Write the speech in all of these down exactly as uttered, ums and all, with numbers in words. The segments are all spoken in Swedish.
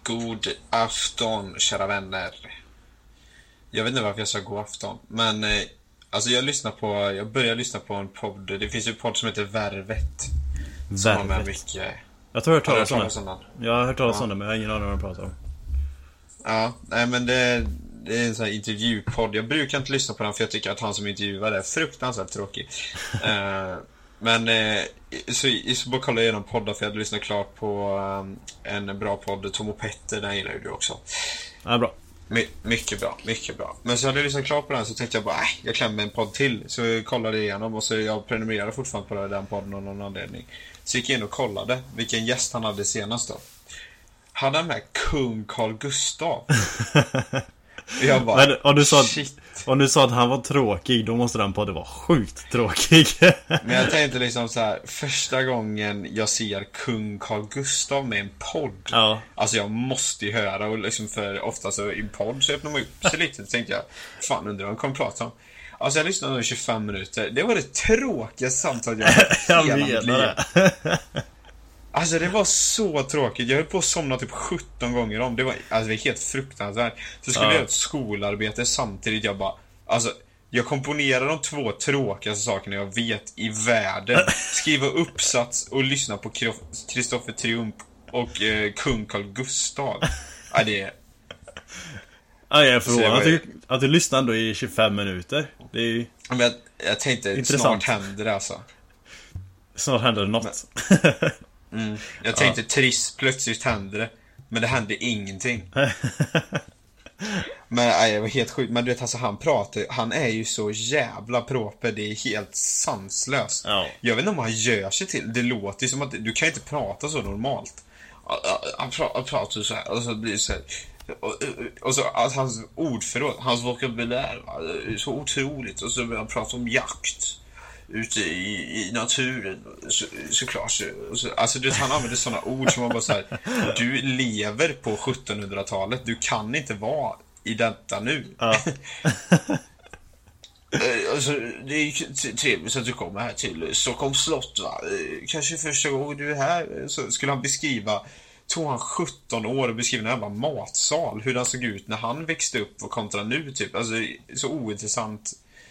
God afton, kära vänner. Jag vet inte varför jag sa god afton, men eh, alltså jag lyssnar på jag börjar lyssna på en podd. Det finns ju en podd som heter Värvet. Som har med mycket. Jag tror jag har hört talas om det. Jag har hört talas ja. om det, men jag har ingen aning vad de pratar om. Ja, nej men det, det är en sån här intervjupodd. Jag brukar inte lyssna på den för jag tycker att han som intervjuar är fruktansvärt tråkig. uh, Men eh, så, så bara kolla igenom poddar, för jag hade lyssnat klart på um, en bra podd, Tom och Petter, den gillar ju du också. Ja, bra. My, mycket bra, mycket bra. Men så hade jag lyssnat klart på den, så tänkte jag bara, äh, jag klämmer en podd till. Så jag kollade igenom, och så jag prenumererar fortfarande på den podden av någon anledning. Så gick jag in och kollade vilken gäst han hade senast då. Han hade med kung Carl Gustav. Jag bara, men, och, du sa att, shit. och du sa att han var tråkig, då måste den podden vara sjukt tråkig. Men jag tänkte liksom så här, första gången jag ser kung Carl Gustav med en podd, ja. Alltså jag måste ju höra, och liksom för ofta så i podd så öppnar man upp sig lite. Så tänkte jag, fan undrar vad han kommer prata om. Alltså jag lyssnade i tjugofem minuter. Det var det tråkigaste samtalet jag hade hela mitt liv. Alltså det var så tråkigt. Jag höll på att somna typ sjutton gånger om. Det var, alltså det var helt fruktansvärt. Så skulle ja. jag göra ett skolarbete samtidigt. Jag bara, alltså jag komponerar de två tråkigaste sakerna jag vet i världen. Skriva uppsats och lyssna på Kristoffer Triumf och eh, kung Carl Gustav. Ja, det är... Ja, jag är förvånad att, du, att du lyssnar ändå i tjugofem minuter. Det är ju... Men jag, jag tänkte, intressant. Snart händer det alltså. Snart händer det något. Men... Mm. Jag tänkte ja. Triss, plötsligt hände det. Men det hände ingenting. Men nej, jag var helt sjukt. Men du vet, alltså han pratar, han är ju så jävla proper. Det är helt sanslöst. Ja. Jag vet inte om han gör sig till. Det låter ju som att du kan inte prata så normalt. Han pratar, han pratar så här, och så blir det så här. Och, och så alltså, hans ordförråd, hans vokabulär är så otroligt. Och så börjar han prata om jakt ute i, i naturen, så, såklart så, så, alltså du, han använder sådana ord som man bara så här, du lever på sjuttonhundratalet, du kan inte vara i detta nu. Ja. Alltså, det är trevligt att du kommer här till Stockholms slott, va? Kanske första gången du är här. Så skulle han beskriva, tog han sjutton år och beskriva en jävla matsal, hur den såg ut när han växte upp och kontra nu typ. Alltså så ointressant.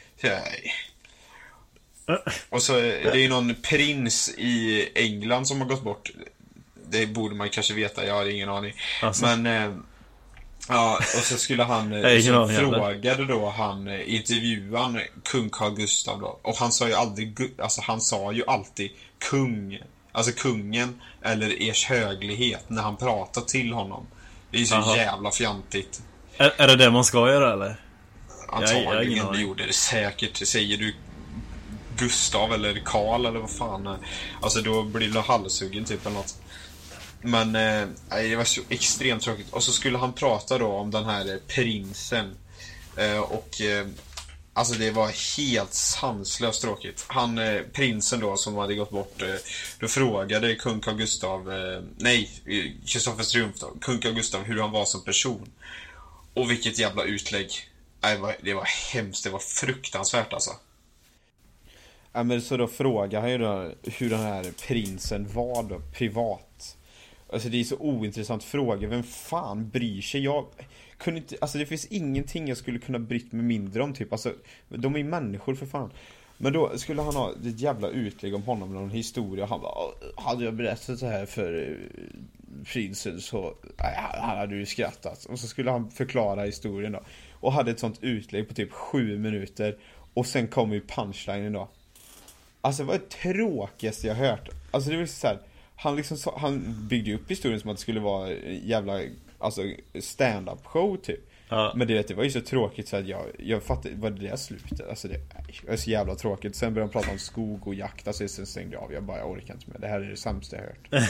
Och så det är ju någon prins i England som har gått bort. Det borde man kanske veta, jag har ingen aning. Alltså. Men eh, ja, och så skulle han så frågade då han intervjuan kung Carl Gustav då. Och han sa ju aldrig, alltså han sa ju alltid kung, alltså kungen eller ers höglighet när han pratar till honom. Det är ju så Aha. jävla fjantigt. Är, är det det man ska göra eller? Antagligen det gjorde det säkert. Säger du Gustav eller Karl eller vad fan, alltså då blir det halshuggen typ eller något. Men eh, det var så extremt tråkigt. Och så skulle han prata då om den här prinsen eh, och eh, alltså det var helt sanslöst tråkigt. Han, eh, prinsen då som hade gått bort, eh, då frågade kung Carl Gustav eh, nej, Kristoffer Triumf då, kung Carl Gustav hur han var som person. Och vilket jävla utlägg. Nej, det var, det var hemskt, det var fruktansvärt alltså. Ja, men så då frågar han ju då hur den här prinsen var då privat. Alltså det är så ointressant fråga. Vem fan bryr sig? Jag kunde inte, alltså det finns ingenting jag skulle kunna bryta mig mindre om typ. Alltså de är människor för fan. Men då skulle han ha ett jävla utlägg om honom, någon historia. Han bara, hade jag berättat så här för prinsen så nej, han hade ju skrattat. Och så skulle han förklara historien då. Och hade ett sånt utlägg på typ sju minuter. Och sen kom ju punchlinen då. Alltså det var det tråkigaste jag hört. Alltså det var så här, han liksom så, han byggde upp historien som att det skulle vara jävla alltså stand-up show typ. Ja. Men det, det var ju så tråkigt så att jag jag fattade vad det där slutet. Alltså det, det var så jävla tråkigt. Sen började de prata om skog och jakt, alltså sen stängde jag av. Jag bara jag orkar inte med. Det här är det sämsta jag hört.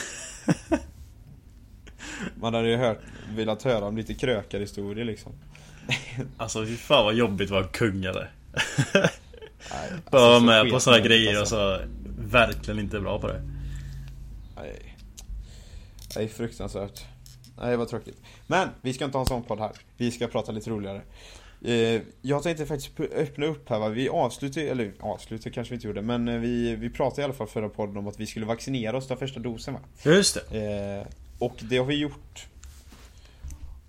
Man hade ju hört velat höra om lite krökarhistorier liksom. Alltså fy fan vad jobbigt var kung eller. Nej, alltså, bara med på sådana grejer alltså. Och så verkligen inte bra på det. Nej. Nej, fruktansvärt. Nej, vad tråkigt. Men vi ska inte ha en sån podd här. Vi ska prata lite roligare. eh, Jag tänkte faktiskt öppna upp här va? Vi avslutar, eller avslutar kanske vi inte gjorde. Men vi, vi pratade i alla fall förra podden om att vi skulle vaccinera oss ta första dosen va? Just det eh, och det har vi gjort.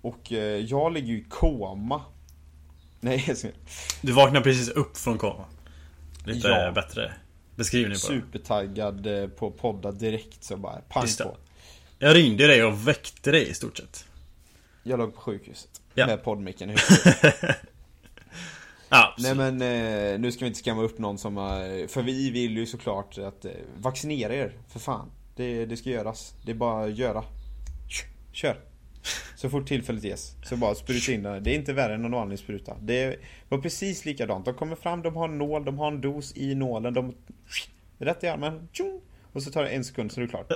Och eh, jag ligger ju i koma. Nej, jag ska... Du vaknar precis upp från koma. Lite ja. bättre beskrivning på det. Supertaggad eh, på podda direkt, så bara pang på. Jag ringde dig och väckte dig i stort sett. Jag låg på sjukhuset ja. med poddmicken i huvudet. Ja, nej men eh, nu ska vi inte skamma upp någon som har, för vi vill ju såklart att eh, vaccinera er, för fan. Det, det ska göras. Det är bara att göra. Kör. Så fort tillfället ges. Så bara spruta in det. Det är inte värre än någon vanlig spruta. Det var precis likadant. De kommer fram, de har en nål, de har en dos i nålen. De rätt i armen. Tjung, och så tar det en sekund så är det klart.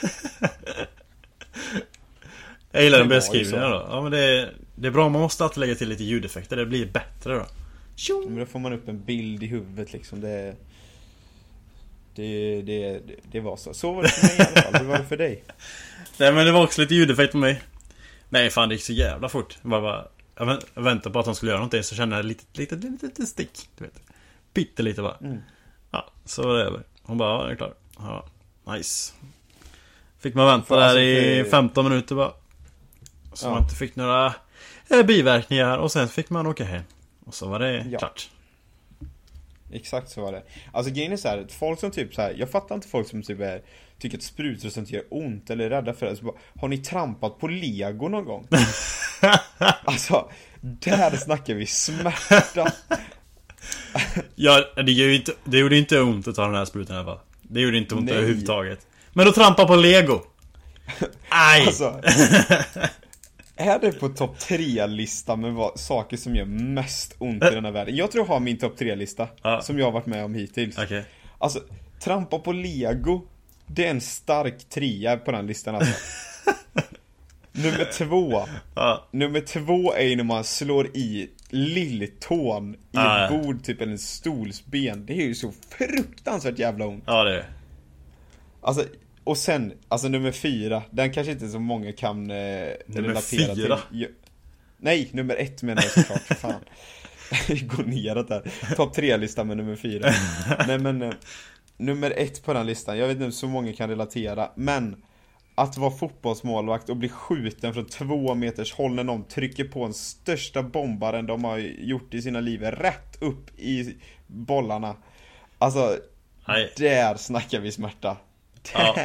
Jag gillar den beskrivningen då. Ja, men det är, det är bra, man måste alltid lägga till lite ljudeffekter. Det blir bättre då. Tjung. Men då får man upp en bild i huvudet liksom. Det Det, det, det, det var så. Så var det för mig i alla fall. Hur var det för dig? Nej, men det var också lite ljudeffekt på mig. Nej, fan, det gick så jävla fort. Jag, bara, jag väntade på att de skulle göra någonting. Så kände jag lite, lite, lite, lite stick, du vet. Pytte lite bara. Mm. Ja, så var det över. Hon bara, ja, det är klart. Ja, nice. Fick man vänta där i femton minuter bara. Så ja. Man inte fick några eh, biverkningar. Och sen fick man åka hem. Och så var det ja. klart. Exakt så var det. Alltså grejen är så här, folk som typ så här, jag fattar inte folk som typ är, tycker att sprutor och sånt gör ont eller är rädda för det. Så bara, har ni trampat på Lego någon gång? Alltså, där snackar vi smärta. Ja, det gjorde ju inte, det gjorde inte ont att ta den här sprutan i alla fall. Det gjorde inte ont överhuvudtaget. Men då trampa på Lego. Aj. Alltså, är det på topp tre-lista med vad, saker som gör mest ont i den här världen? Jag tror jag har min topp tre-lista ah. som jag har varit med om hittills. Okay. Alltså, trampa på Lego, det är en stark trea på den listan alltså. Nummer två ah. Nummer två är när man slår i lilltån i ah, ett bord, typ en stolsben. Det är ju så fruktansvärt jävla ont. Ja, det är. Alltså, och sen, alltså nummer fyra, den kanske inte så många kan eh, relatera fyra. Till. Nej, nummer ett menar jag såklart, för fan. Gå ner det där. Topp tre-listan med nummer fyra. Nej, men eh, nummer ett på den listan, jag vet inte så många kan relatera, men att vara fotbollsmålvakt och bli skjuten från två meters håll när någon trycker på en största bombaren de har gjort i sina liv rätt upp i bollarna. Alltså, nej. Där snackar vi smärta. Ja.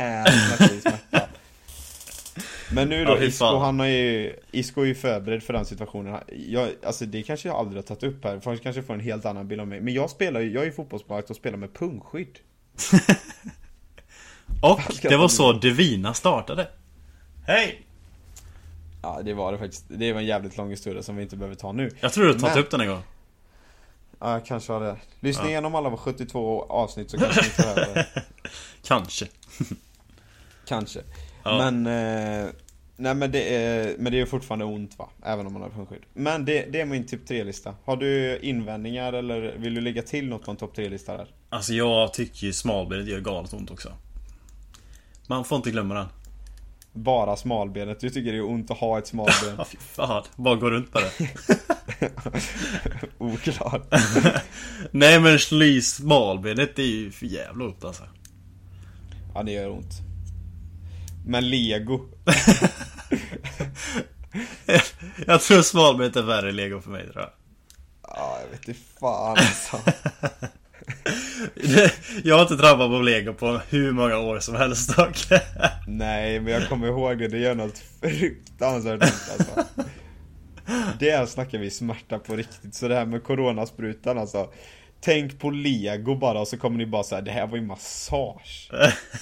Men nu då, ja, Isco, han har ju, Isco är ju förberedd för den situationen. Jag, alltså det kanske jag aldrig har tagit upp här. Folk kanske får en helt annan bild av mig. Men jag spelar ju, jag är ju fotbollsmålvakt och spelar med pungskydd. Och det var så Divina startade. Hej! Ja, det var det faktiskt. Det var en jävligt lång historia som vi inte behöver ta nu. Jag tror du har tagit Men... upp den en gång. Ja, kanske var det. Lyssna ja. igenom alla sjuttiotvå avsnitt så kanske inte behöver det. Kanske. Kanske. Ja. Men eh, nej, men det är men det är fortfarande ont, va, även om man har pungskydd. Men det, det är min typ tre-lista. Har du invändningar eller vill du lägga till något på en topp tre-lista där? Alltså jag tycker ju smalbenet gör galet ont också. Man får inte glömma den. Bara smalbenet. Du tycker det är ont att ha ett smalben. Ja, fy fan. Bara gå runt på det. Oklart. Nej, men sly smalbenet är ju för jävla ont alltså. Ja, det gör ont. Men Lego. Jag tror smalbenet är värre Lego för mig, tror jag. Ja, jag vet inte fan alltså. Jag har inte trampat på Lego på hur många år som helst dock. Nej, men jag kommer ihåg det. Det gör något fruktansvärt alltså. Där snackar vi smärta på riktigt. Så det här med coronasprutan alltså. Tänk på Lego bara, och så kommer ni bara säga det här var ju massage.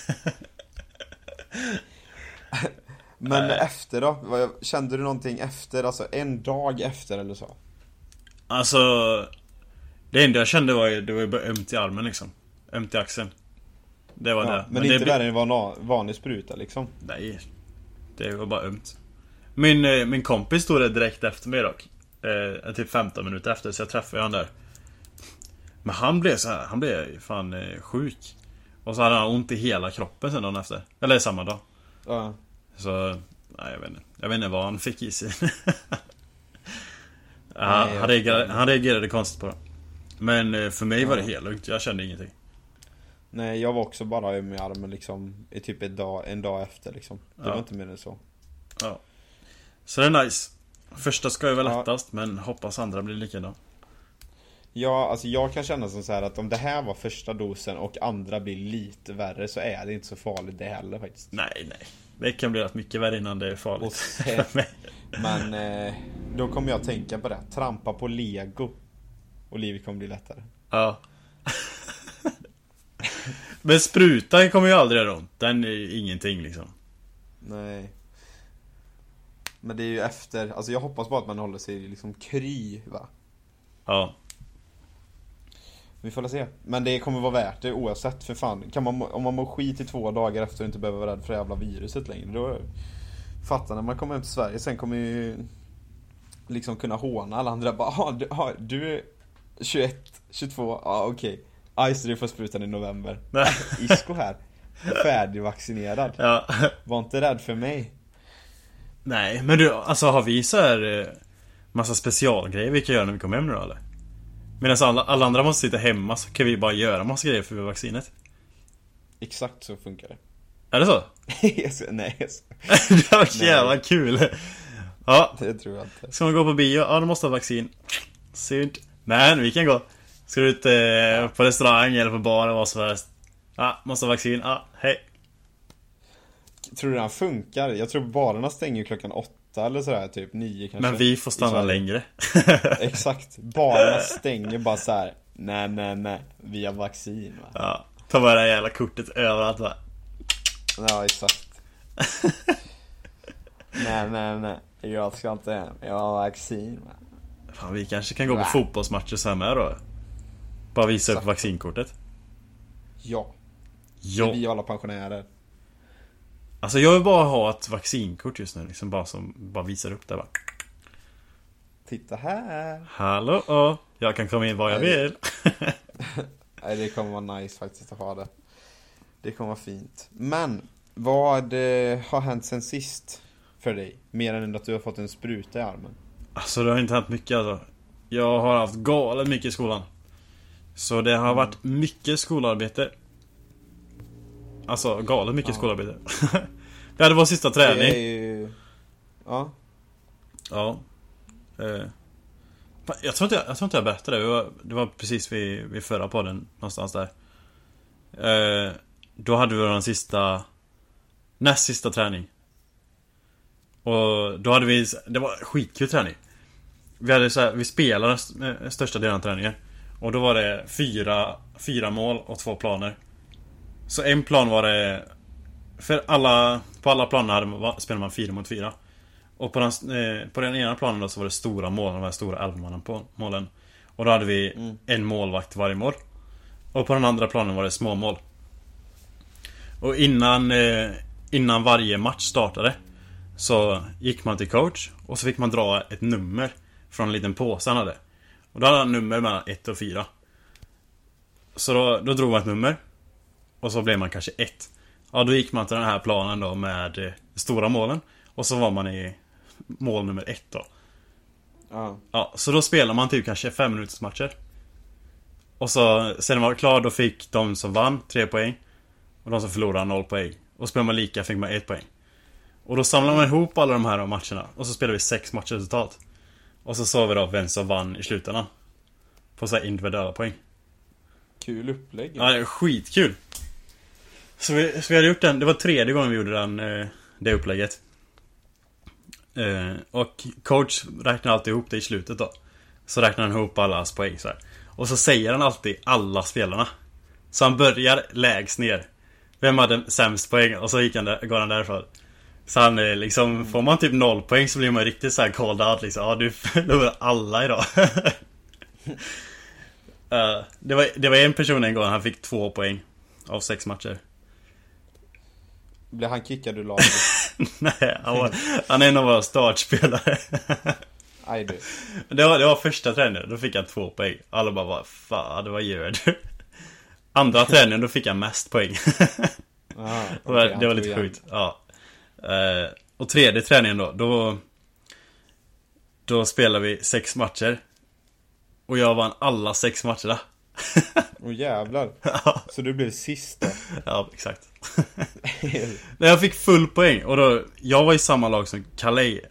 Men Nej. efter då? Kände du någonting efter? Alltså en dag efter eller så? Alltså, det enda jag kände var ju, det var ju bara ömt i armen liksom. Ömt i axeln. Det var ja, det. Men, men inte det värre än vad en vanlig spruta liksom? Nej, det var bara ömt. Min, min kompis stod där direkt efter mig dock. Eh, typ femton minuter efter, så jag träffade han där. Men han blev så här, han blev fan eh, sjuk. Och så hade han ont i hela kroppen sen dagen efter. Eller samma dag. Ja. Så, nej jag vet inte. Jag vet inte vad han fick i sig. han, nej, han, reagerade, han reagerade konstigt på det. Men eh, för mig ja. var det helt lugnt, jag kände ingenting. Nej, jag var också bara öm i armen liksom i typ ett dag, en dag efter liksom. Det ja. var inte mer än så. Ja. Så det är nice. Första ska ju vara Ja. lättast, men hoppas andra blir likadant. Ja, alltså jag kan känna som så här att om det här var första dosen och andra blir lite värre så är det inte så farligt det heller faktiskt. Nej, nej. Det kan bli rätt mycket värre innan det är Och farligt. sen, men eh, då kommer jag tänka på det. Trampa på Lego och livet kommer bli lättare. Ja. Men spruta kommer ju aldrig göra ont. Den är ju ingenting liksom. Nej. Men det är ju efter, alltså jag hoppas bara att man håller sig liksom kry, va? Ja. Vi får se. Men det kommer vara värt det oavsett, för fan. Kan man, om man mår skit i två dagar efter och inte behöver vara rädd för det jävla viruset längre, då fattar när man kommer hem till Sverige. Sen kommer ju liksom kunna håna alla andra. Bara, ah, du, ah, du är tjugoett, tjugotvå, ja ah, okej okay. Aj, så du får sprutan i november. Isko här, färdigvaccinerad. Ja. Var inte rädd för mig. Nej, men du, alltså har vi så här eh, massa specialgrejer vi kan göra när vi kommer hem nu då, eller? Medan alla, alla andra måste sitta hemma, så kan vi bara göra massa grejer för vaccinet. Exakt så funkar det. Är det så? Nej, det var så jävla kul. Ja, det tror jag inte. ska man gå på bio? Ja, du måste ha vaccin. Synd. Men vi kan gå. Ska du ut eh, ja. på restaurang eller på bar eller vad som helst? Ja, måste ha vaccin. Ja, hej. Tror du den funkar? Jag tror barerna stänger klockan åtta eller sådär, typ nio kanske. Men vi får stanna längre. Exakt. Barerna stänger bara så här. Nej, nej, nej. Vi har vaccin, va? Ja, ta bara det jävla kortet överallt, va? Ja, exakt. nej, nej, nej. Jag ska inte hem. Jag har vaccin, va? Fan, vi kanske kan gå på fotbollsmatcher så här med då. Bara visa exakt. upp vaccinkortet. Ja. Ja. Vi alla pensionärer. Alltså jag vill bara ha ett vaccinkort just nu liksom, bara som bara visar upp det, va? Titta här. Hallå, oh, jag kan komma in var jag vill. Nej, det kommer vara nice faktiskt att ha det. Det kommer vara fint. Men vad eh, har hänt sen sist för dig? Mer än att du har fått en spruta i armen. Alltså det har inte hänt mycket alltså. Jag har haft galet mycket i skolan. Så det har varit mycket skolarbete. Alltså galet mycket ja. skolarbete. Det hade vår sista träning. Det är ju... Ja. Ja. Eh. Jag tror inte jag, jag tror inte jag berättade det. Det var, det var precis vid, vid förra podden någonstans där. Eh. Då hade vi den sista, näst sista träning. Och då hade vi, det var skitkul träning. Vi hade så här, vi spelade största delen av träningen. Och då var det fyra, fyra mål och två planer. Så en plan var det, för alla, på alla planer hade, spelade man fyra mot fyra. Och på den, eh, på den ena planen då så var det stora mål, de här stora elfmannen på målen. Och då hade vi mm. en målvakt varje mål. Och på den andra planen var det små mål. Och innan, eh, innan varje match startade så gick man till coach och så fick man dra ett nummer från en liten påse han hade. Och då hade han nummer mellan ett och fyra. Så då, då drog man ett nummer. Och så blev man kanske ett. Ja, då gick man till den här planen då med eh, stora målen. Och så var man i mål nummer ett då. Ja. Ja, så då spelar man typ kanske fem minuters matcher. Och så sen var det klar, då fick de som vann tre poäng. Och de som förlorade noll poäng. Och spelar man lika fick man ett poäng. Och då samlar man ihop alla de här matcherna. Och så spelar vi sex matcher totalt. Och så såg vi då vem som vann i slutändan. På så här individuella poäng. Kul upplägg. Ja, det är skitkul. Så vi, så vi hade gjort den. Det var tredje gången vi gjorde den, det upplägget. Och coach räknar alltid ihop det i slutet då. Så räknar han ihop allas poäng så här. Och så säger han alltid alla spelarna. Så han börjar lägst ner. Vem hade sämst poäng? Och så gick han där, går han därifrån. Så han liksom, mm. får man typ noll poäng så blir man riktigt så här called out liksom. Ja, du förlorar alla idag. uh, det, var, det var en person en gång, han fick två poäng av sex matcher. Blev han kickad ur laget? Nej, han, var, han är en av våra startspelare. Aj, du. Det var, det var första träningen, då fick han två poäng. Alla bara, vad fan, vad gör du? Andra träningen, då fick han mest poäng. Aha, okay, det var, det var lite sjukt. Ja. Uh, och tredje träningen då, då Då spelar vi sex matcher. Och jag vann alla sex matcherna. Åh oh, jävlar. Så du blev sist då? Ja, exakt. Jag fick full poäng. Och då, jag var i samma lag som Calais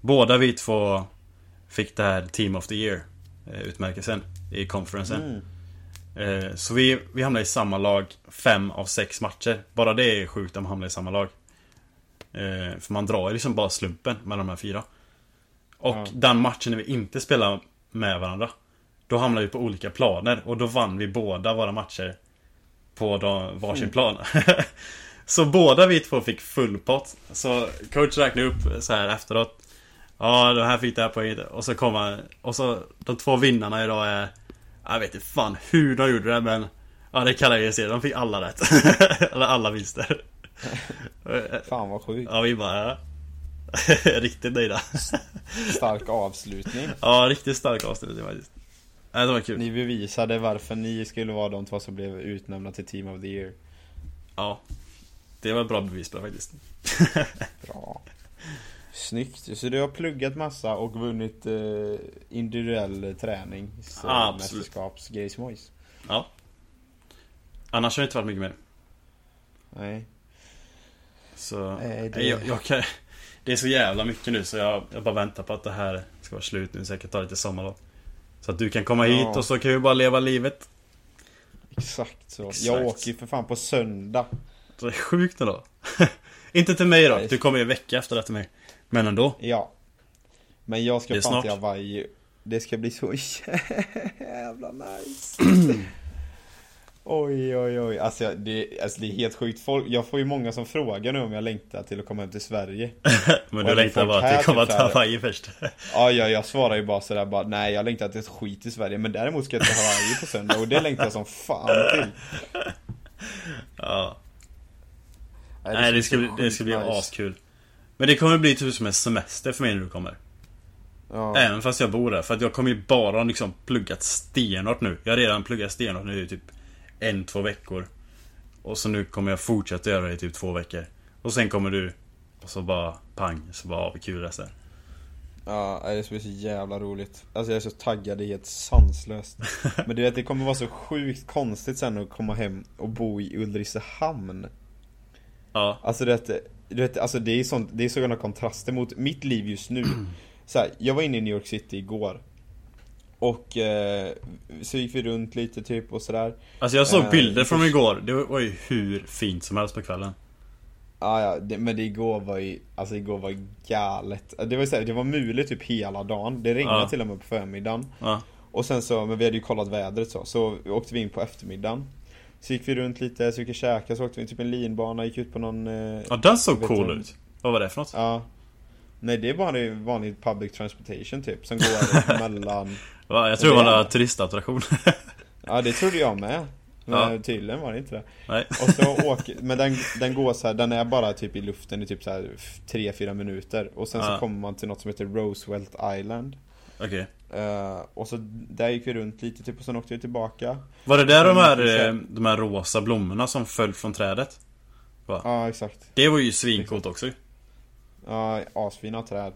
Båda vi två fick det här Team of the Year utmärkelsen i konferensen. Mm. Eh, så vi, vi hamnade i samma lag fem av sex matcher. Bara det är sjukt om man hamnar i samma lag. Eh, för man drar ju liksom bara slumpen med de här fyra. Och Ja. den matchen när vi inte spelar med varandra, då hamnade vi på olika planer. Och då vann vi båda våra matcher på de, varsin Mm. plan. Så båda vi två fick full pott. Så coach räknade upp så här efteråt. Ja, det här fick det här poänget. Och så kom han. Och så de två vinnarna idag är, jag vet inte fan hur de gjorde det, men ja, det kallar jag se. De fick alla rätt. Eller alla vinster. Fan vad sjukt. Ja, vi bara riktigt nöjda. Stark avslutning. Ja, riktigt stark avslutning faktiskt. Ja, det var kul. Ni bevisade varför ni skulle vara de två som blev utnämnda till Team of the Year. Ja, det var ett bra bevis på det faktiskt. Bra. Snyggt. Så du har pluggat massa och vunnit eh, individuell träning. Ja, absolut. Mästerskapsgrejsmojs. Ja. Annars har det inte varit mycket mer. Nej. Så Nej, det- jag, jag kan, det är så jävla mycket nu, så jag, jag bara väntar på att det här ska vara slut nu, så jag kan ta lite sommarlov. Så att du kan komma hit Ja. och så kan vi bara leva livet. Exakt så. Exakt. Jag åker ju för fan på söndag. Det är sjukt ändå. Inte till mig då, Nej. du kommer ju en vecka efter det till mig. Men ändå. Ja. Men jag ska Det är fan snart. till Hawaii. Det ska bli så jävla nice. Oj, oj, oj. Alltså, jag- det, alltså det är helt sjukt. Folk, jag får ju många som frågar nu om jag längtar till att komma hem till Sverige. Men Och du är längtar folk bara här att komma typ till så här- Hawaii först. Ja, ja, jag svarar ju bara sådär bara, nej jag längtar till ett skit i Sverige. Men däremot ska jag till Hawaii på söndag. Och det längtar jag som fan till. Ja. Nej, Nej, det ska så bli, det ska bli sjukt nice. askul. Men det kommer bli typ som en semester för mig när du kommer. Ja. Även fast jag bor där. För att jag kommer ju bara liksom pluggat stenhårt nu. Jag har redan pluggat stenhårt nu i typ en, två veckor. Och så nu kommer jag fortsätta göra det i typ två veckor. Och sen kommer du. Och så bara pang. Så bara, ja, vad kul det är. Ja, det ska bli så jävla roligt. Alltså jag är så taggad, det är helt sanslöst. Men du vet, det kommer vara så sjukt konstigt sen att komma hem och bo i Ulricehamn. Ja. Alltså det, du vet, alltså det är sånt, det är sådana kontraster mot mitt liv just nu. Så här, jag var inne i New York City igår. Och eh, så gick vi runt lite typ och sådär. Alltså jag såg Eh, bilder från först- igår. Det var ju hur fint som helst på kvällen. Ja, ja, det, men det igår var ju, alltså igår var galet. Det var så här, det var muligt typ hela dagen. Det regnade Ja. till och med på förmiddagen. Ja. Och sen så, men vi hade ju kollat vädret så. Så åkte vi in på eftermiddagen. Så gick vi runt lite, så gick vi käka, så åkte vi typ en linbana, gick ut på någon... Eh, Ja, den såg vet cool du- ut. Vad var det för något? Ja. Nej, det är bara en vanlig public transportation typ, som går mellan... Ja, jag tror det det var är- en turistattraktion. Ja, det trodde jag med. Men Ja. tydligen var det inte det. Nej. Och så åker, men den, den går så här, den är bara typ i luften i typ så här tre fyra minuter. Och sen Ja. så kommer man till något som heter Roosevelt Island. Okej. Eh, och så där gick vi runt lite typ, och sen åkte vi tillbaka. Var det där de här, Mm, eh, de här rosa blommorna som föll från trädet? Va? Ja, exakt. Det var ju svincoolt också. Ja, asfina träd.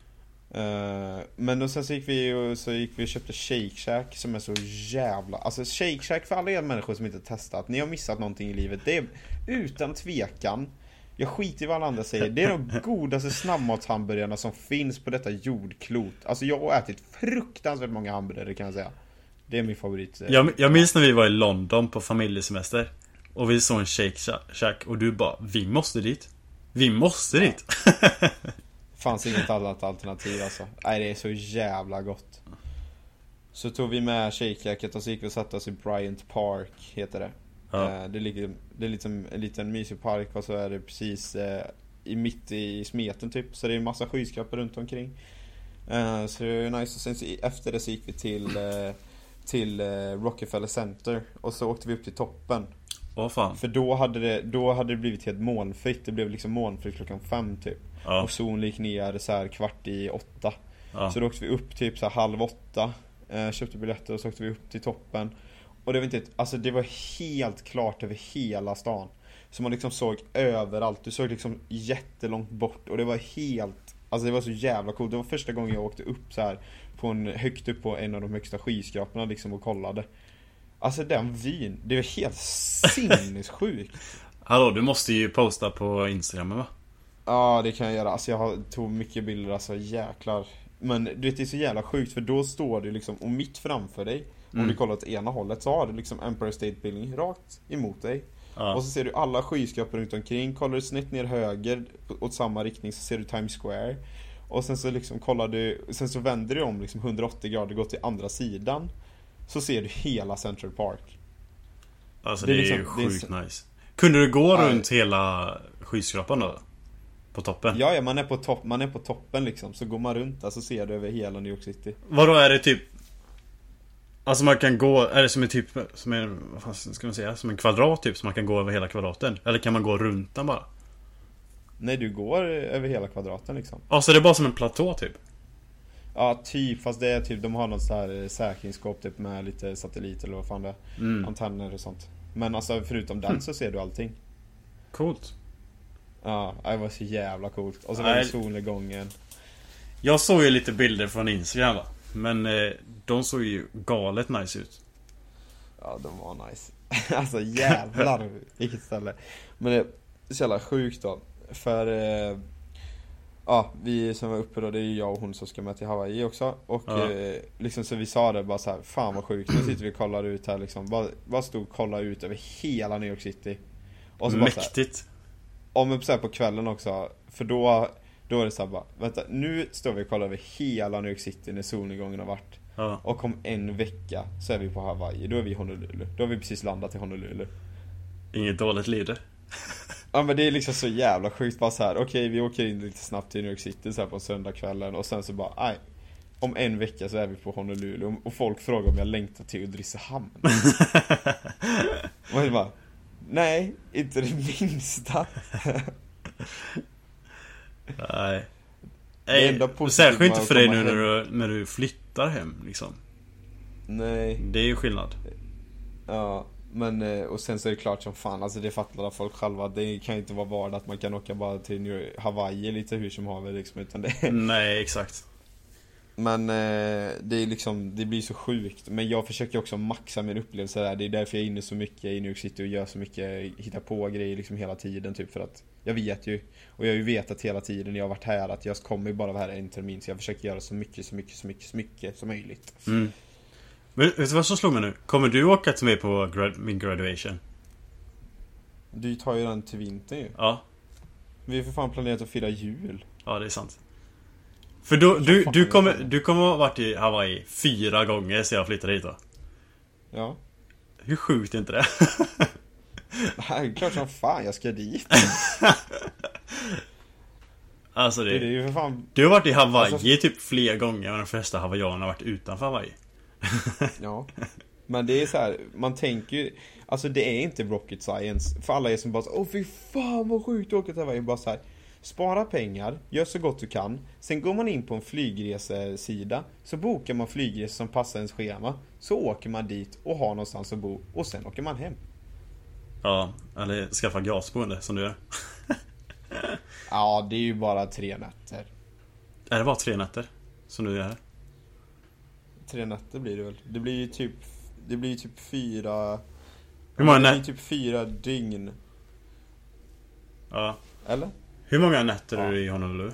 Eh, men då sen så gick vi och så gick vi och köpte Shake Shack, som är så jävla... Alltså Shake Shack, för alla er människor som inte testat, ni har missat någonting i livet. Det är utan tvekan, jag skiter i vad alla andra säger, det är de godaste snabbmatshamburgarna som finns på detta jordklot. Alltså jag har ätit fruktansvärt många hamburgare, kan jag säga. Det är min favorit. eh. Jag, jag minns när vi var i London på familjesemester. Och vi såg en Shake Shack. Och du bara, vi måste dit. Vi måste dit. Fanns inget annat alternativ alltså. Nej, det är så jävla gott. Så tog vi med shakejacket och så gick vi och satte oss i Bryant Park, heter det. Ja. Eh, Det, ligger, det är liksom en liten mysig park, och så är det precis eh, i mitt i smeten typ. Så det är en massa skyskrapor runt omkring. Eh, så det är nice. Och sen så, efter det så gick vi till, eh, till eh, Rockefeller Center. Och så åkte vi upp till toppen. Åh fan. För då hade det, då hade det blivit helt molnfritt. Det blev liksom molnfritt klockan fem typ. Ja. Och solen gick ner så här kvart i åtta. Ja. Så då åkte vi upp typ så här halv åtta. eh, Köpte biljetter och så åkte vi upp till toppen. Och det var inte ett, alltså det var helt klart över hela stan. Så man liksom såg överallt. Du såg liksom jättelångt bort. Och det var helt, alltså det var så jävla coolt. Det var första gången jag åkte upp så här på en, högt upp på en av de högsta skyskraporna liksom och kollade. Alltså den vyn, det var helt sinnessjukt. Hallå, du måste ju posta på Instagram, va? Ja, det kan jag göra. Alltså jag har, tog mycket bilder, alltså jäklar. Men du vet, det är så jävla sjukt, för då står du liksom, och mitt framför dig, Mm. om du kollar åt ena hållet, så har du liksom Empire State Building rakt emot dig. Ja. Och så ser du alla skyskrapor runt omkring. Kollar du snett ner höger åt samma riktning, så ser du Times Square. Och sen så liksom kollar du, sen så vänder du om liksom hundraåttio grader, går till andra sidan, så ser du hela Central Park. Alltså Det det är är, ju liksom- det är sjukt så- nice. Kunde du gå Ja. runt hela skyskrapan då? På toppen? Ja, ja, man är på topp, man är på toppen liksom, så går man runt där, så ser du över hela New York City. Vadå, är det typ... Alltså man kan gå, är det som en typ, som en, vad fan ska man säga, som en kvadrat typ, så man kan gå över hela kvadraten? Eller kan man gå runt den bara? Nej, du går över hela kvadraten liksom. Alltså det är bara som en platå typ? Ja, typ, fast det är typ, de har något så här säkringsskåp typ med lite satelliter eller vad fan det är. Mm. Antenner och sånt. Men alltså förutom den så ser du allting. Coolt. Ja, det var så jävla coolt. Och så var Nej. det solnedgången. Jag såg ju lite bilder från Instagram va? Men eh, de såg ju galet nice ut. Ja, de var nice. Alltså jävlar vilket ställe. Men det är så jävla sjukt då. För eh, ja, vi som var uppe då, det är jag och hon som ska med till Hawaii också. Och Ja. eh, liksom så vi sa det bara så här, fan vad sjukt. Nu sitter vi och kollar ut här liksom. Bara, bara stod och kollade ut över hela New York City. Och så bara så här, Mäktigt. om upp så här på kvällen också. För då, då är det så här bara, vänta, nu står vi och kollar över hela New York City när solnedgången har varit. Ja. Och om en vecka så är vi på Hawaii. Då är vi i Honolulu. Då har vi precis landat i Honolulu. Inget dåligt liv det. Ja, men det är liksom så jävla sjukt bara så här. Okej, okay, vi åker in lite snabbt till New York City så här på söndagskvällen. Och sen så bara, nej, om en vecka så är vi på Honolulu. Och folk frågar om jag längtar till Ulricehamn. Och jag bara, nej, inte det minsta. Nej. Det enda Nej, positiva särskilt med inte att för dig komma nu när hem. du, när du flyttar hem liksom. Nej, Det är ju skillnad. ja. Men, eh, och sen så är det klart som fan, alltså det fattar folk själva. Det kan ju inte vara vardag att man kan åka bara till New York, Hawaii lite hur som haver liksom, utan det. Nej, exakt. Men eh, det är liksom, det blir så sjukt. Men jag försöker också maxa min upplevelse där. Det är därför jag är inne så mycket i New York City och gör så mycket, hittar på grejer liksom hela tiden typ, för att jag vet ju, och jag har ju vetat hela tiden när jag har varit här att jag kommer ju bara vara här en termin, så jag försöker göra så mycket, så mycket, så mycket, så mycket som möjligt. Mm. Vet vet du vad som slog mig nu? Kommer du åka till mig på grad, min graduation? Du tar ju den till vintern ju. Ja. Vi har för fan planerat att fira jul. Ja, det är sant. För då, du, fan du, vet kommer, jag. du kommer ha varit i Hawaii fyra gånger sedan jag flyttade hit då. Ja. Hur sjukt är inte det? Det är klart som fan jag ska dit. Alltså Det är det, ju för fan. du har varit i Hawaii Alltså- typ fler gånger än de flesta hawaiianer har varit utanför Hawaii. Ja. Men det är så här, man tänker ju, alltså det är inte rocket science. För alla är som bara så, åh fy fan vad sjukt att åka till Hawaii. Bara så här, spara pengar, gör så gott du kan. Sen går man in på en flygresesida, så bokar man flygresor som passar ens schema. Så åker man dit och har någonstans att bo, och sen åker man hem. Ja, eller skaffa gasboende som du gör. Ja, det är ju bara tre nätter. Är det bara tre nätter som du gör? Tre nätter blir det väl. Det blir ju typ, det blir ju typ fyra. Hur många det blir nä- typ fyra dygn. Ja. Eller? Hur många nätter Ja. är du i Honolulu?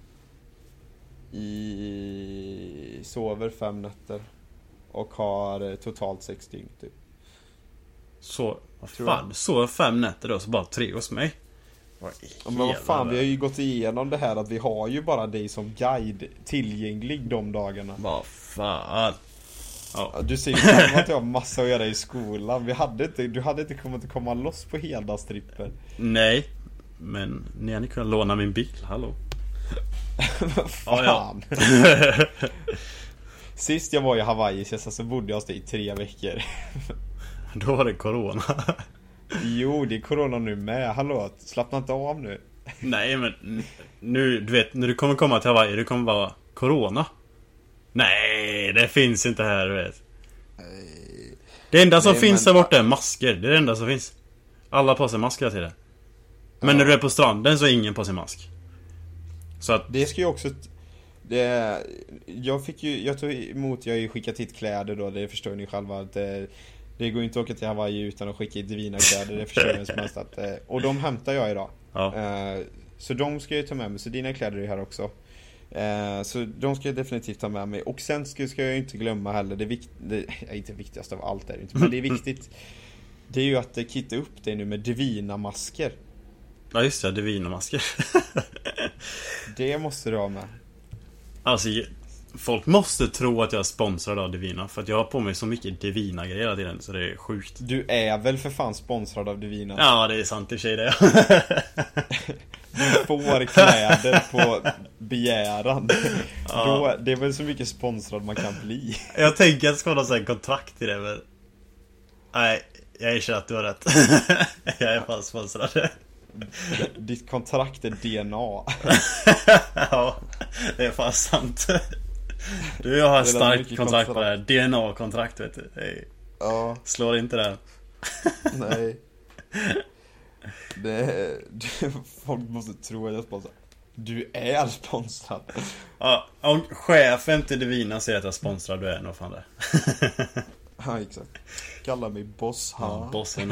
I sover fem nätter. Och har eh, totalt sex dygn typ. Så, vad Tror fan, så fem nätter då, så bara tre hos mig. Vad i Ja, men vad hela fan, vi har världen? ju gått igenom det här att vi har ju bara dig som guide tillgänglig de dagarna. Vad fan. Ja. Ja, du ser ju själv att jag har massa att göra i skolan. Vi hade inte, du hade inte kommit att komma loss på heldagstripper. Nej. Men ni hade kunnat låna min bil, hallå. Vad fan. Ja, ja. Sist jag var i Hawaii så bodde jag hos dig i tre veckor. Då var det corona. Jo, det är corona nu med. Hallå, slappna inte av nu. Nej men nu, du vet, när du kommer komma till Hawaii, det kommer vara corona. Nej, det finns inte här, du vet. Det enda som Nej, finns men- där borta är masker. Det är det enda som finns. Alla på sig mask hela tiden. Men Ja. när du är på stranden så är ingen på sig mask. Så att, Det ska ju också det, jag fick ju, jag tog emot, jag har ju skickat hit kläder då, det förstår ni själva att det, det går inte att åka till Hawaii utan att skicka hit divina kläder, det förstår ni som helst att, och de hämtar jag idag. ja. Eh, Så de ska jag ta med mig, så dina kläder är här också. Eh, så de ska jag definitivt ta med mig. Och sen ska, ska jag inte glömma heller, det, vikt, det är inte viktigast av allt är det inte, men det är viktigt. Det är ju att kitta upp det nu med Divina-masker. Ja just det, Divina-masker. Det måste du ha med. Alltså, folk måste tro att jag är sponsrad av Divina. För att jag har på mig så mycket Divina-grejer hela tiden, så det är sjukt. Du är väl för fan sponsrad av Divina? Ja, det är sant i sig det. Du får kläder på begäran. Ja. Då, det är väl så mycket sponsrad man kan bli. Jag tänker att jag ska ha någon kontrakt i det, men... Nej, jag erkänner att du har rätt. Jag är fan sponsrad. Ditt kontrakt är D N A. Ja, det är fan sant. Du, jag har ett starkt kontrakt på det här. D N A-kontrakt, vet du. Hey. Ja. Slår inte där. Nej. Det, det, folk måste tro att jag är sponsrad. Du är sponsrad. Ja, om chefen till Divina säger att jag sponsrar, du är nog fan det. Ja, exakt. Kalla mig boss. Ja, bossen.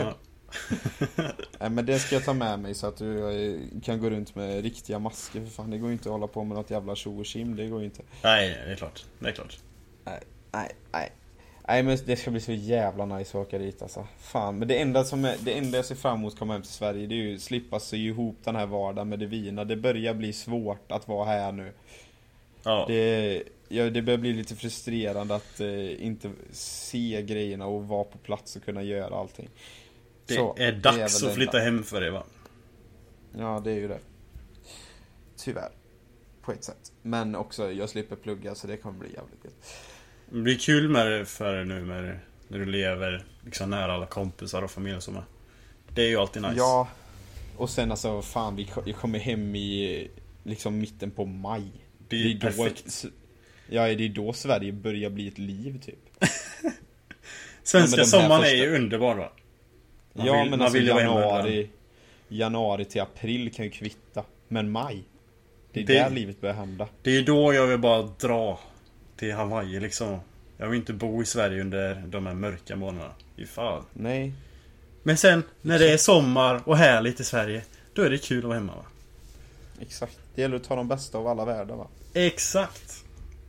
Nej, men det ska jag ta med mig så att du kan gå runt med riktiga masker. För fan, det går ju inte att hålla på med något jävla tjo och tjim. Det går ju inte. Nej, det är klart. Det är klart. Nej, nej, nej. Nej, men det ska bli så jävla nice att åka dit alltså. Fan, men det enda som är, det enda jag ser fram emot att komma hem till Sverige, det är ju slippa sy ihop den här vardagen med Divina. Det börjar bli svårt att vara här nu. Ja. Det, ja, det börjar bli lite frustrerande att eh, inte se grejerna och vara på plats och kunna göra allting. Det så, är dags det är att flytta hem för det, va? Ja, det är ju det. Tyvärr. På ett sätt. Men också, jag slipper plugga, så det kommer bli jävligt gött. Det blir kul med det för dig nu med, när du lever liksom nära alla kompisar och familj som är. Det är ju alltid nice. Ja. Och sen alltså, fan, vi jag kommer hem i liksom mitten på maj. Det är, det är då perfekt. Ja, det är då Sverige börjar bli ett liv typ. Svenska ja, sommaren första... är ju underbar, va? Man ja, vill, men alltså januari, januari till april kan ju kvitta. Men maj, det är det, där livet börjar hända. Det är ju då jag vill bara dra till Hawaii liksom. Jag vill inte bo i Sverige under de här mörka månaderna. Fy fan. Nej. Men sen, när det är sommar och härligt i Sverige, då är det kul att vara hemma, va? Exakt. Det gäller att ta de bästa av alla världar, va? Exakt.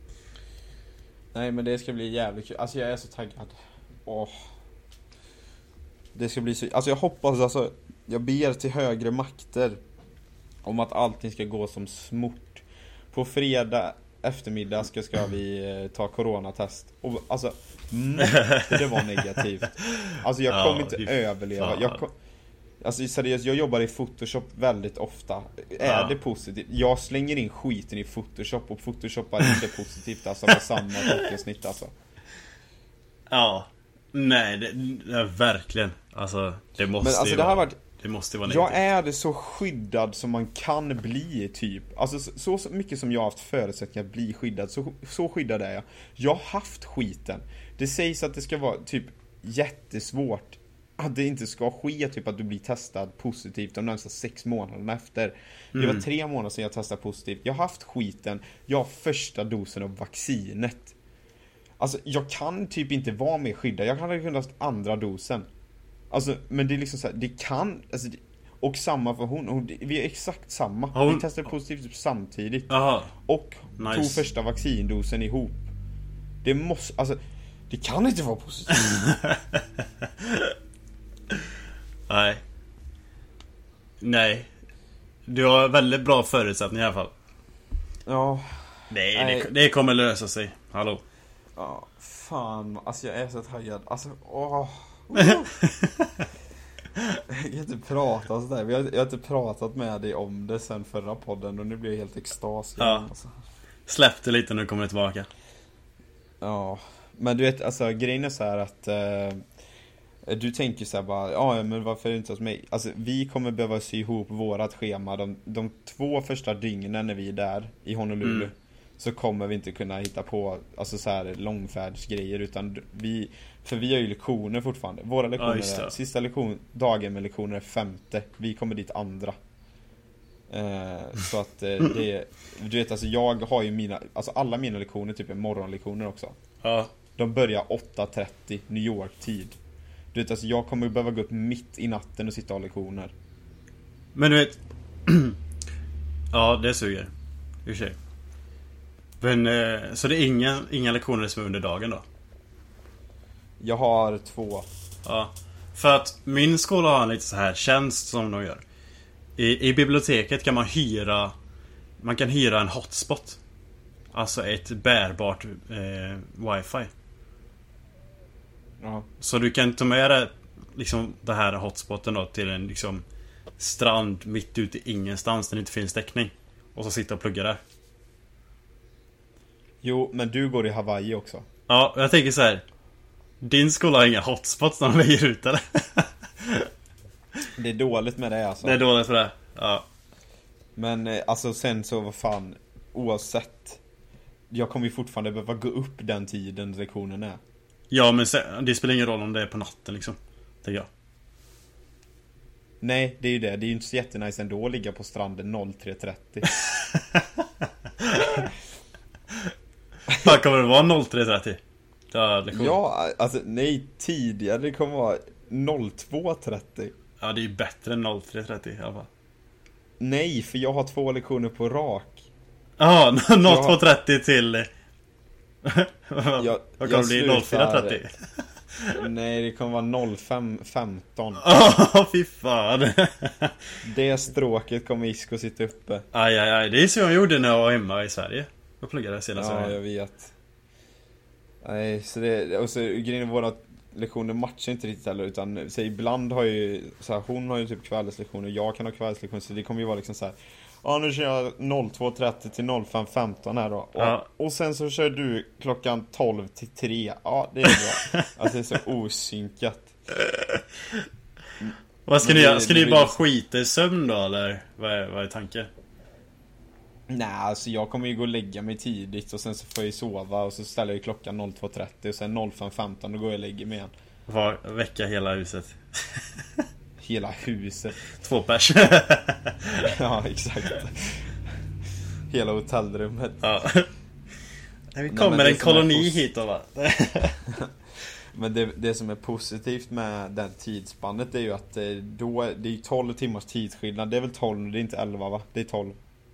Nej, men det ska bli jävligt kul. Alltså jag är så taggad. Åh. Det ska bli så... Alltså jag hoppas, alltså... Jag ber till högre makter om att allting ska gå som smort. På fredag eftermiddag ska, ska vi eh, ta coronatest. Och alltså, måste det vara negativt. Alltså jag kommer ja, inte det... överleva. Jag kom... Alltså seriöst, jag jobbar i Photoshop väldigt ofta. Är ja. det positivt? Jag slänger in skiten i Photoshop och Photoshopar inte positivt. Alltså med samma snitt alltså. Ja. Nej, det, det, verkligen. Alltså, det måste Men alltså ju det vara, har varit... det måste vara negativt. Jag är det så skyddad som man kan bli typ. Alltså så, så mycket som jag har haft förutsättningar att bli skyddad, så, så skyddad är jag. Jag har haft skiten. Det sägs att det ska vara typ jättesvårt att det inte ska ske typ att du blir testad positivt de närmsta sex månaderna efter. Mm. Det var tre månader sedan jag testade positivt. Jag har haft skiten. Jag har första dosen av vaccinet. Alltså jag kan typ inte vara mer skyddad. Jag kan ha kunnat andra dosen. Alltså, men det är liksom så här, det kan alltså, det, och samma för hon, hon vi är exakt samma. Hon, vi testade positivt typ samtidigt. Aha. Och nice. Tog första vaccindosen ihop. Det måste, alltså det kan inte vara positivt. Nej. Nej. Du har väldigt bra förutsättningar i alla fall. Ja. Nej, nej. Det, det kommer lösa sig. Hallå. Ja, fan. Alltså jag är så taggad. Alltså, åh. Oh. Jag kan inte prata sådär. Jag, jag har inte pratat med dig om det sen förra podden och nu blir jag helt extas. Ja. Alltså. Släpp det lite när du kommer tillbaka. Ja. Men du vet, alltså grejen är så här att eh, du tänker så här bara, ja men varför är det inte hos mig? Alltså vi kommer behöva sy ihop vårat schema de, de två första dygnen när vi är där i Honolulu. Mm. Så kommer vi inte kunna hitta på alltså så här långfärdsgrejer utan vi, för vi har ju lektioner fortfarande. Våra lektioner ja, är, sista lektion, dagen med lektioner är femte. Vi kommer dit andra. Eh, så att eh, det, du vet alltså jag har ju mina, alltså alla mina lektioner typ är morgonlektioner också. Ja. De börjar åtta trettio New York tid. Du vet alltså jag kommer behöva gå upp mitt i natten och sitta och ha lektioner. Men du vet Ja, det suger. I och för sig. Men, eh, så det är inga, inga lektioner som är under dagen då? Jag har två. Ja. För att min skola har en lite så här tjänst som de gör. I, I biblioteket kan man hyra Man kan hyra en hotspot. Alltså ett bärbart eh, wifi. Ja. Så du kan ta med det, liksom, det här hotspoten då, till en liksom strand mitt ute i ingenstans där det inte finns täckning. Och så sitta och plugga där. Jo, men du går i Hawaii också. Ja, jag tänker så här. Din skola har inga hotspots när de lägger ut det. Det är dåligt med det alltså. Det är dåligt för det. Ja. Men eh, alltså sen så, vad fan, oavsett, jag kommer ju fortfarande behöva gå upp den tiden lektionen är. Ja, men sen, det spelar ingen roll om det är på natten liksom, tänker jag. Nej, det är ju det. Det är ju inte så jättenice ändå att ligga på stranden tre trettio. Fan, kommer det vara tre trettio? Ja, ja, alltså nej, tidigare det kommer vara två trettio. Ja, det är ju bättre än tre trettio i alla fall. Nej, för jag har två lektioner på rak. Ja, två trettio till jag, vad kommer det bli? fyra trettio? Nej, det kommer vara fem femton. Åh, oh, fy fan. Det stråket kommer Isko sitta uppe. Aj, aj, aj. Det är så jag gjorde när jag var hemma i Sverige. Jag pluggade senast. Ja, jag vet. Nej, så det, och så grejen, våra lektioner matchar inte riktigt heller, utan så ibland har ju så här, hon har ju typ kvällslektioner, jag kan ha kvällslektioner, så det kommer ju vara liksom så här. Ja, nu kör jag två trettio till fem femton här då. Och, ja. och sen så kör du klockan tolv till tre. Ja, det är bra. Alltså det är så osynkat. Vad ska Men ni göra? Ska ni bara det... skita i sömn då, eller vad är, vad är tanken? Nej, alltså jag kommer ju gå och lägga mig tidigt och sen så får jag sova och så ställer jag klockan två trettio och sen fem femton och går jag och lägger mig igen. Var, väcka hela huset. Hela huset. Två pers. Ja, exakt. Hela hotellrummet. Ja. Vi kommer Nej, en koloni hit då, va? Men det, det som är positivt med den tidsspannet är ju att då, det är tolv timmars tidsskillnad. Det är väl tolv, det är inte elva, va? Det är tolv.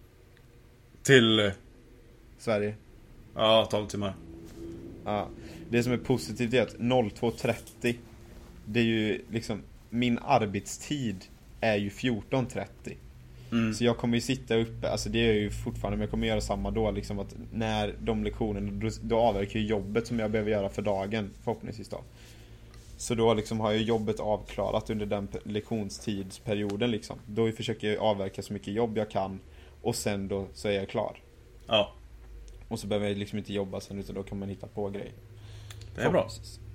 Till Sverige. Ja, tolv timmar. Ja. Det som är positivt är att två trettio, det är ju liksom, min arbetstid är ju fjorton trettio. Mm. Så jag kommer ju sitta uppe, alltså det är ju fortfarande, men jag kommer göra samma då liksom, att när de lektionerna, då, då avverkar ju jobbet som jag behöver göra för dagen, förhoppningsvis då. Så då liksom har jag jobbet avklarat under den lektionstidsperioden liksom. Då försöker jag avverka så mycket jobb jag kan, och sen då så är jag klar. Ja. Och så behöver jag liksom inte jobba sen, utan då kan man hitta på grejer. Det är bra.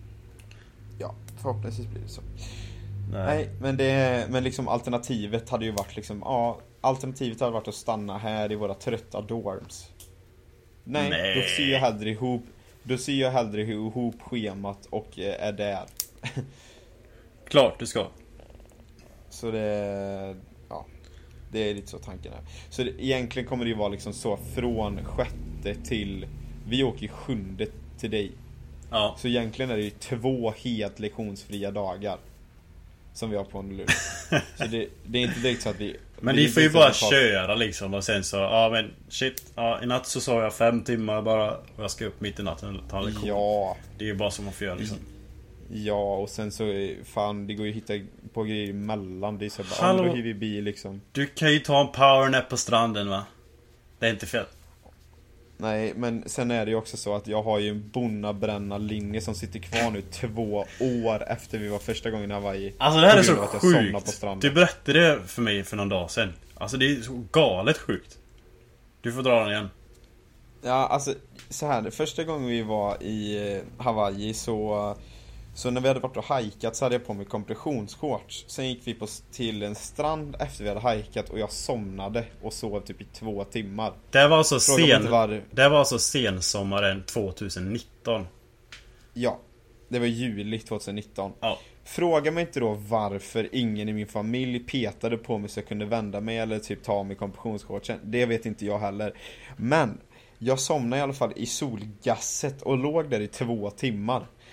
Ja, förhoppningsvis blir det så. Nej, Nej men det, men liksom alternativet hade ju varit liksom, ja, alternativet hade varit att stanna här i våra trötta dorms. Nej, Nej. då ser jag hellre ihop, då ser jag hellre ihop schemat och är där. Klart du ska. Så det, ja, det är lite så tanken är. Så det, egentligen kommer det ju vara liksom så från sjätte till, vi åker ju sjunde till dig. Ja. Så egentligen är det ju två helt lektionsfria dagar som vi har på en lur. Så det, det är inte direkt så att vi... Men ni får ju bara köra liksom. Och sen så, ja men shit, ja, i natt så sov jag fem timmar bara. Och jag ska upp mitt i natten och ta en lektion. Ja. Det är ju bara som man får göra liksom. Ja, och sen så, fan, det går ju att hitta på grejer emellan. Det är så bara, Hallå, ja, då vi bi liksom. Du kan ju ta en powernap på stranden, va? Det är inte fel. Nej, men sen är det ju också så att jag har ju en Bonnabränna-linje som sitter kvar nu två år efter vi var första gången i Hawaii. Alltså det här är så sjukt. Du berättade det för mig för någon dag sedan. Alltså det är så galet sjukt. Du får dra den igen. Ja, alltså så här, första gången vi var i Hawaii så... Så när vi hade varit och hajkat så hade jag på mig kompressionsshorts. Sen gick vi på, till en strand efter vi hade hajkat och jag somnade och sov typ i två timmar. Det var alltså sen var... Det var alltså sensommaren tjugonitton. Ja, det var juli tjugonitton. Ja. Fråga mig inte då varför ingen i min familj petade på mig så jag kunde vända mig eller typ ta mig kompressionsshortsen. Det vet inte jag heller. Men jag somnade i alla fall i solgasset och låg där i två timmar.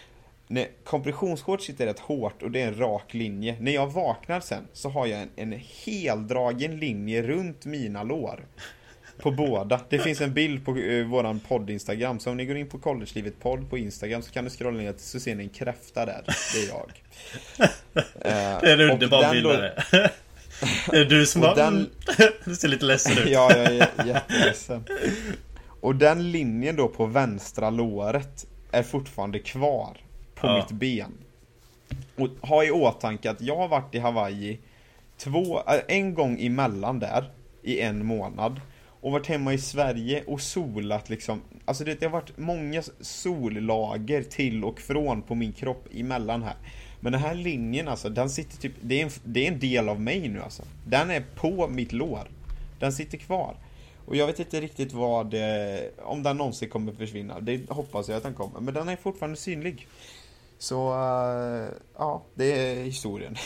när kompressionsshorts sitter rätt hårt och det är en rak linje. När jag vaknar sen så har jag en, en heldragen linje runt mina lår. På båda. Det finns en bild på uh, våran podd Instagram. Så om ni går in på Collegelivet podd på Instagram så kan ni scrolla ner så ser ni en kräfta där. Det är jag. uh, det är en underbar bild. Då... det är du som har... Den... du ser lite ledsen ut. Ja, jag är jätteledsen. Och den linjen då på vänstra låret är fortfarande kvar på ja. mitt ben. Och ha i åtanke att jag har varit i Hawaii två, en gång emellan där i en månad. Och varit hemma i Sverige och solat liksom. Alltså det, det har varit många sollager till och från på min kropp emellan här. Men den här linjen alltså, den sitter typ, det är en, det är en del av mig nu alltså. Den är på mitt lår. Den sitter kvar. Och jag vet inte riktigt vad det, om den någonsin kommer försvinna. Det hoppas jag att den kommer. Men den är fortfarande synlig. Så uh, ja, det är historien.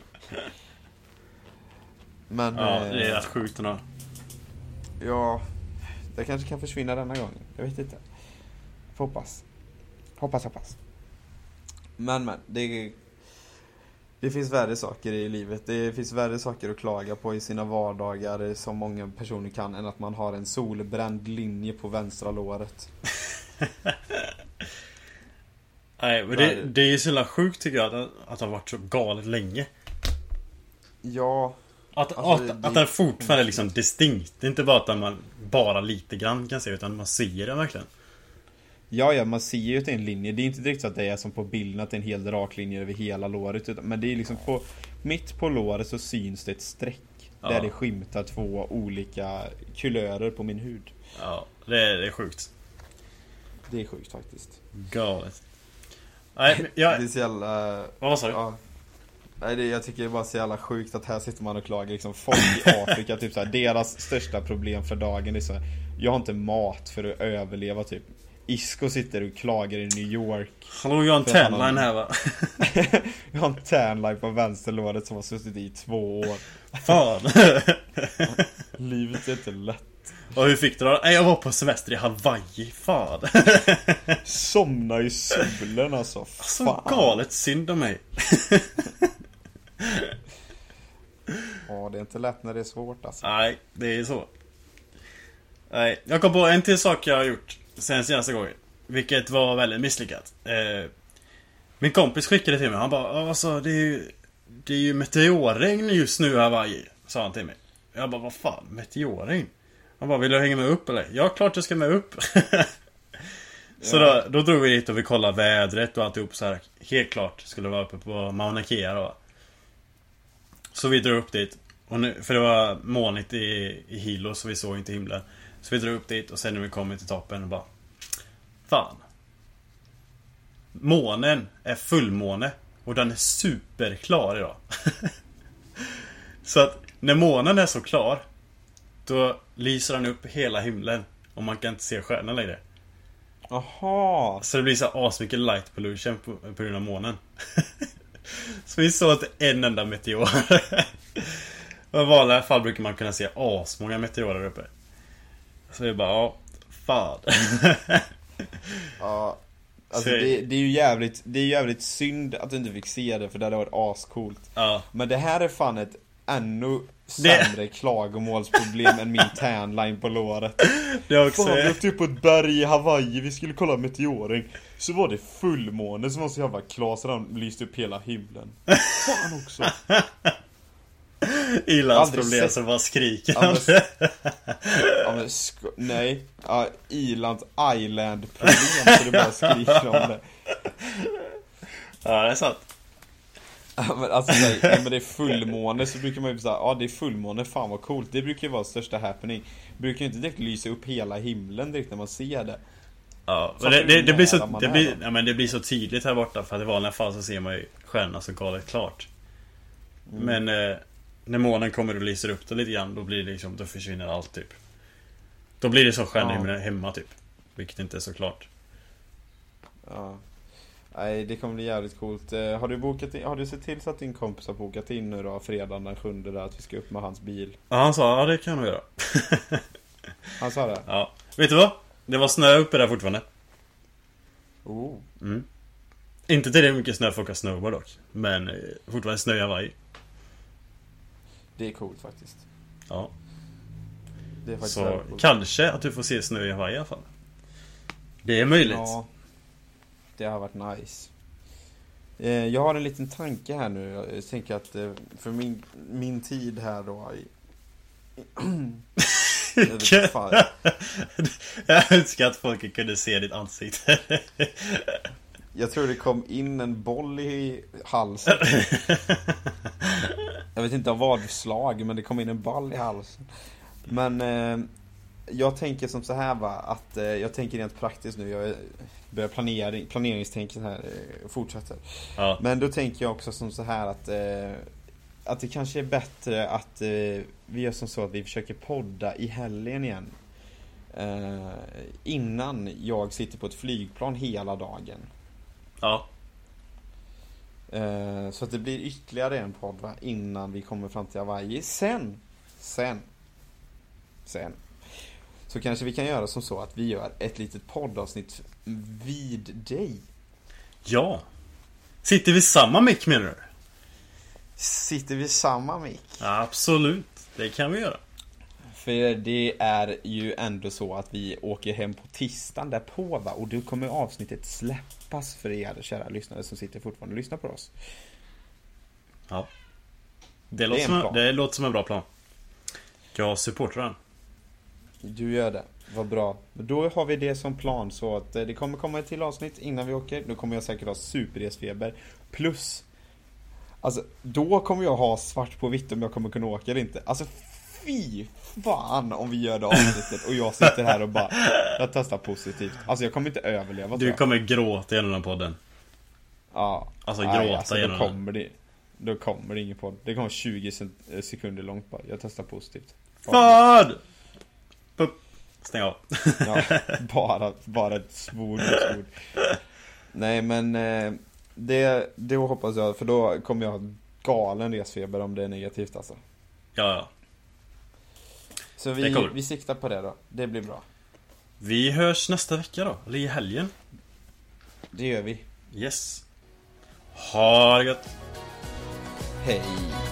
Men ja, det är uh, sjukt ändå. Ja, det kanske kan försvinna denna gång. Jag vet inte. Hoppas. Hoppas, hoppas. Men men, det det finns värre saker i livet. Det finns värre saker att klaga på i sina vardagar som många personer kan än att man har en solbränd linje på vänstra låret. Nej, men det, det är ju så jävla sjukt tycker jag att, att det har varit så galet länge. Ja. Att, alltså, att, det... att det är fortfarande liksom distinkt. Det är inte bara att man bara lite grann kan se utan man ser det verkligen. Ja, ja, man ser ju att det är en linje. Det är inte direkt så att det är som på bilden att det är en helt rak linje över hela låret. Utan, men det är liksom på, mitt på låret så syns det ett streck. Ja. Där det skymtar två olika kulörer på min hud. Ja, det är, det är sjukt. Det är sjukt faktiskt. Galet. Nej, jag... det är så jävla... Vad sa du? Ja. Nej, det, jag tycker det är bara så jävla sjukt att här sitter man och klagar liksom folk i Afrika typ så här, deras största problem för dagen är så här, jag har inte mat för att överleva typ. Isko sitter och klagar i New York. Hallå, jag har en tanline här va? Jag har en tanline på vänsterlåret som har suttit i två år. Fan. Livet är inte lätt. Och hur fick du då? Nej, jag var på semester i Hawaii. Fan. Somna i solen alltså. Så alltså, galet synd om mig. Ja, det är inte lätt när det är svårt alltså. Nej, det är så. Nej, jag kom på en till sak jag har gjort sen senaste gången, vilket var väldigt misslyckat. eh, Min kompis skickade till mig. Han bara, alltså det är ju Det är ju meteorregn just nu i Hawaii, sa han till mig. Jag bara, vad fan, meteorregn? Han bara, vill du hänga med upp eller? Ja, klart jag ska med upp. Så ja. då, då drog vi dit och vi kollade vädret och alltihop så här. Helt klart skulle vara uppe på Mauna Kea då. Så vi drog upp dit och nu, för det var molnigt i, i Hilo så vi såg inte himlen. Så vi drog upp dit och sen när vi kom till toppen och bara, fan, månen är fullmåne och den är superklar idag. Så att när månen är så klar, då lyser den upp hela himlen och man kan inte se stjärnan längre. Aha. Så det blir så asmycket light pollution på, på grund av månen. Så vi såg att en enda meteor. Och i vanliga fall brukar man kunna se asmånga meteorer uppe. Så det bara, ja, fan. Ja, alltså det, det är ju jävligt, det är jävligt synd att du inte fick se det, för det hade varit ascoolt. Ja. Men det här är fan ett ännu sämre det... klagomålsproblem än min tanline på låret. Det är också... Fan, vi åkte upp på ett berg i Hawaii, vi skulle kolla meteoren. Så var det fullmåne som var så jävla klar så den lyste upp hela himlen. Fan också. Ilandsproblem som bara skriker. Ja, men, ja, men sko- nej. Ja, Ilands Island problem så det bara skriker om det. Ja, det är sant. Ja, men alltså nej, nej, men det är fullmåne så brukar man ju säga, ja det är fullmåne, fan vad coolt. Det brukar ju vara största happening. Det brukar ju inte direkt lysa upp hela himlen direkt när man ser det. Ja, men det, det, det blir så det blir, ja, men det blir så tydligt här borta, för att i vanliga fall så ser man ju stjärnorna så galet klart. Mm. Men eh, när månen kommer och lyser upp det lite grann, då blir det liksom, då försvinner allt typ. Då blir det så stjärnor ja. hemma typ, vilket inte är så klart. Ja. Nej, det kommer bli jävligt coolt. Har du bokat in, har du sett till så att din kompis har bokat in nu då fredagen den sjunde där, att vi ska upp med hans bil? Ja, han sa, ja det kan du göra. Han sa det? Ja. Vet du vad? Det var snö uppe där fortfarande. Oh. Mm. Inte till det mycket snö för att åka snowboard dock. Men eh, fortfarande snö i Hawaii. Det är coolt faktiskt. Ja. Det är faktiskt så coolt. kanske att du får se snö i Hawaii i alla fall. Det är möjligt. Ja, det har varit nice. eh, Jag har en liten tanke här nu. Jag tänker att eh, för min, min tid här då i, jag vet inte fan. Jag önskar att folk kunde se ditt ansikte. Jag tror det kom in en boll i halsen. Jag vet inte om vad slag, men det kom in en boll i halsen. Men eh, jag tänker som så här, va, att eh, jag tänker rent praktiskt nu. Jag börjar planering, planeringstänket här eh, fortsätter. Ja. Men då tänker jag också som så här att eh, att det kanske är bättre att eh, vi gör som så att vi försöker podda i helgen igen. Eh, innan jag sitter på ett flygplan hela dagen. Ja. Eh, så att det blir ytterligare en podd, va, innan vi kommer fram till Hawaii. Sen, sen, sen så kanske vi kan göra som så att vi gör ett litet poddavsnitt vid dig. Ja. Sitter vi samma mick, menar du? Sitter vi samma mick? Absolut, det kan vi göra. För det är ju ändå så att vi åker hem på tisdagen därpå, va? Och då kommer avsnittet släppas för er kära lyssnare som sitter fortfarande och lyssnar på oss. Ja. Det, låter, som en, det låter som en bra plan. Jag supportar den. Du gör det, vad bra. Då har vi det som plan. Så att det kommer komma ett till avsnitt innan vi åker. Då kommer jag säkert ha superresfeber. Plus, alltså, då kommer jag ha svart på vitt om jag kommer kunna åka eller inte. Alltså fy fan om vi gör det avsnittet och jag sitter här och bara jag testar positivt. Alltså jag kommer inte överleva. Du kommer gråta genom den podden. Ja. Alltså Nej, gråta alltså, genom då kommer det. Då kommer det ingen podd. Det kommer tjugo sekunder långt bara. Jag testar positivt. Fan! Pup. Stäng av. Ja, bara, bara ett svord, ett svord. Nej men eh, det, det hoppas jag. För då kommer jag ha galen resfeber om det är negativt alltså. Ja, ja. Så vi, vi siktar på det då. Det blir bra. Vi hörs nästa vecka då. Eller i helgen. Det gör vi. Yes. Ha det gött. Hej.